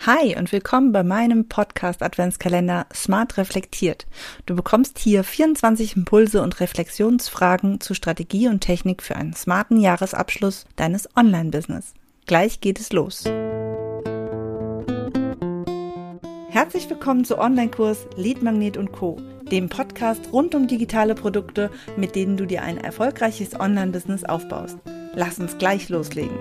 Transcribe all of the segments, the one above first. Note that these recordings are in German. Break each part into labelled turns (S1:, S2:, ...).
S1: Hi und willkommen bei meinem Podcast Adventskalender Smart Reflektiert. Du bekommst hier 24 Impulse und Reflexionsfragen zu Strategie und Technik für einen smarten Jahresabschluss deines Online-Business. Gleich geht es los. Herzlich willkommen zu Online-Kurs Lead Magnet und Co., dem Podcast rund um digitale Produkte, mit denen du dir ein erfolgreiches Online-Business aufbaust. Lass uns gleich loslegen.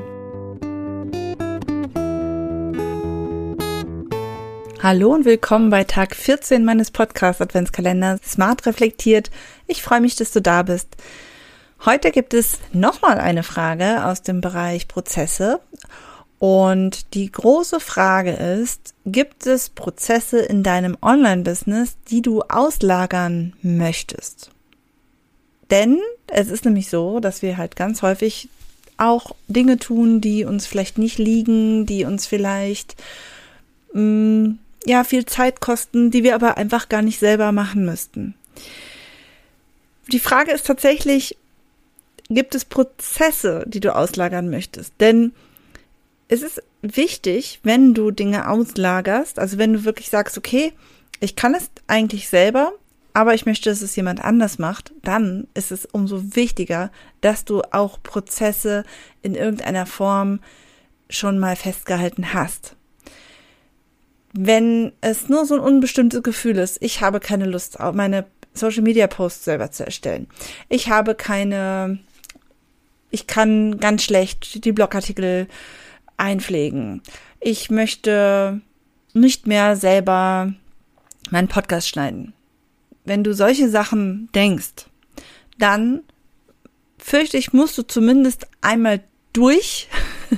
S1: Hallo und willkommen bei Tag 14 meines Podcast-Adventskalenders Smart Reflektiert. Ich freue mich, dass du da bist. Heute gibt es nochmal eine Frage aus dem Bereich Prozesse. Und die große Frage ist, gibt es Prozesse in deinem Online-Business, die du auslagern möchtest? Denn es ist nämlich so, dass wir halt ganz häufig auch Dinge tun, die uns vielleicht nicht liegen, die uns vielleicht viel Zeit kosten, die wir aber einfach gar nicht selber machen müssten. Die Frage ist tatsächlich, gibt es Prozesse, die du auslagern möchtest? Denn es ist wichtig, wenn du Dinge auslagerst, also wenn du wirklich sagst, okay, ich kann es eigentlich selber, aber ich möchte, dass es jemand anders macht, dann ist es umso wichtiger, dass du auch Prozesse in irgendeiner Form schon mal festgehalten hast. Wenn es nur so ein unbestimmtes Gefühl ist, ich habe keine Lust, meine Social-Media-Posts selber zu erstellen. Ich kann ganz schlecht die Blogartikel einpflegen. Ich möchte nicht mehr selber meinen Podcast schneiden. Wenn du solche Sachen denkst, dann fürchte ich, musst du zumindest einmal durch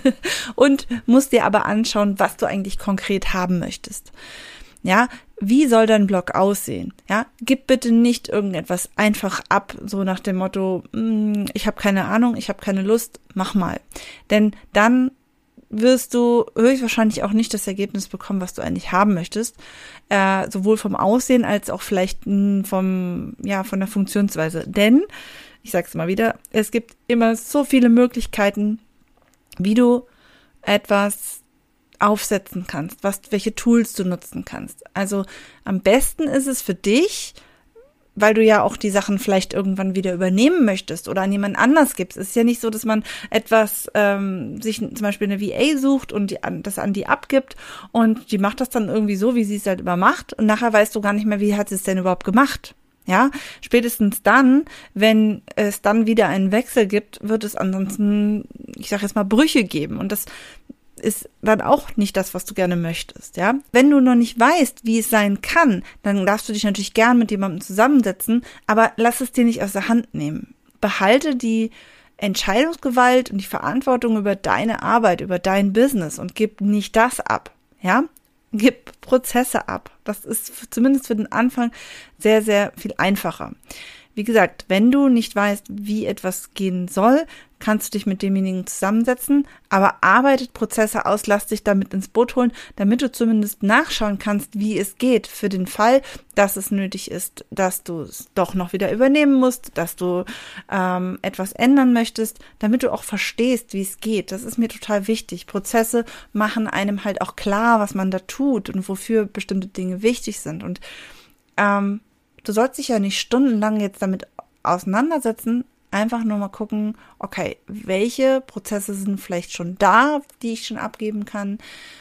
S1: und musst dir aber anschauen, was du eigentlich konkret haben möchtest. Ja, wie soll dein Blog aussehen? Ja, gib bitte nicht irgendetwas einfach ab, so nach dem Motto, ich habe keine Ahnung, ich habe keine Lust, mach mal. Denn dann wirst du höchstwahrscheinlich auch nicht das Ergebnis bekommen, was du eigentlich haben möchtest, sowohl vom Aussehen als auch vielleicht von der Funktionsweise. Denn, ich sag's mal wieder, es gibt immer so viele Möglichkeiten, wie du etwas aufsetzen kannst, welche Tools du nutzen kannst. Also am besten ist es für dich, weil du ja auch die Sachen vielleicht irgendwann wieder übernehmen möchtest oder an jemand anders gibst. Es ist ja nicht so, dass man etwas, sich zum Beispiel eine VA sucht und das an die abgibt und die macht das dann irgendwie so, wie sie es halt immer macht und nachher weißt du gar nicht mehr, wie hat sie es denn überhaupt gemacht. Ja, spätestens dann, wenn es dann wieder einen Wechsel gibt, wird es ansonsten, ich sage jetzt mal, Brüche geben. Und das ist dann auch nicht das, was du gerne möchtest. Ja, wenn du noch nicht weißt, wie es sein kann, dann darfst du dich natürlich gern mit jemandem zusammensetzen, aber lass es dir nicht aus der Hand nehmen. Behalte die Entscheidungsgewalt und die Verantwortung über deine Arbeit, über dein Business und gib nicht das ab. Ja, gib Prozesse ab. Das ist zumindest für den Anfang sehr, sehr viel einfacher. Wie gesagt, wenn du nicht weißt, wie etwas gehen soll, kannst du dich mit demjenigen zusammensetzen, aber arbeitet Prozesse aus, lass dich damit ins Boot holen, damit du zumindest nachschauen kannst, wie es geht, für den Fall, dass es nötig ist, dass du es doch noch wieder übernehmen musst, dass du etwas ändern möchtest, damit du auch verstehst, wie es geht. Das ist mir total wichtig. Prozesse machen einem halt auch klar, was man da tut und wofür bestimmte Dinge wichtig sind. Und du sollst dich ja nicht stundenlang jetzt damit auseinandersetzen, einfach nur mal gucken, okay, welche Prozesse sind vielleicht schon da, die ich schon abgeben kann,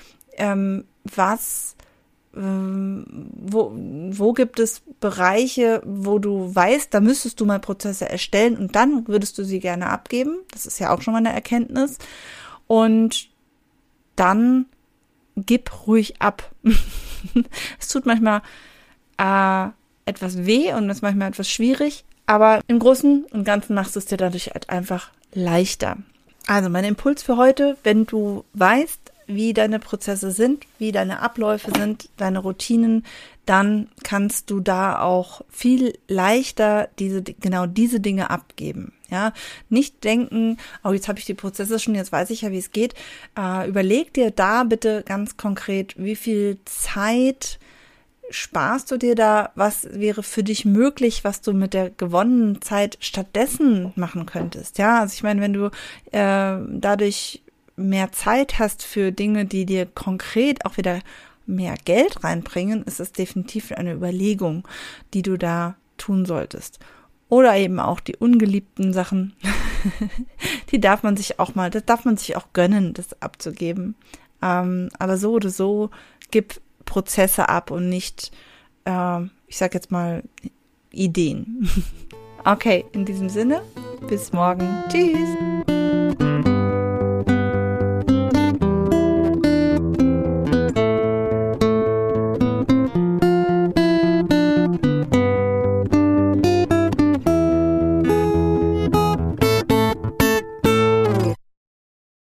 S1: wo gibt es Bereiche, wo du weißt, da müsstest du mal Prozesse erstellen und dann würdest du sie gerne abgeben. Das ist ja auch schon mal eine Erkenntnis. Und dann gib ruhig ab. Es tut manchmal etwas weh und ist manchmal etwas schwierig, aber im Großen und Ganzen machst du es dir dadurch halt einfach leichter. Also mein Impuls für heute, wenn du weißt, wie deine Prozesse sind, wie deine Abläufe sind, deine Routinen, dann kannst du da auch viel leichter diese Dinge abgeben. Ja, nicht denken, oh, jetzt habe ich die Prozesse schon, jetzt weiß ich ja, wie es geht. Überleg dir da bitte ganz konkret, wie viel Zeit sparst du dir da, was wäre für dich möglich, was du mit der gewonnenen Zeit stattdessen machen könntest. Ja, also ich meine, wenn du dadurch mehr Zeit hast für Dinge, die dir konkret auch wieder mehr Geld reinbringen, ist es definitiv eine Überlegung, die du da tun solltest. Oder eben auch die ungeliebten Sachen, das darf man sich auch gönnen, das abzugeben. Aber so oder so, gib Prozesse ab und nicht, ich sag jetzt mal, Ideen. Okay, in diesem Sinne, bis morgen. Tschüss.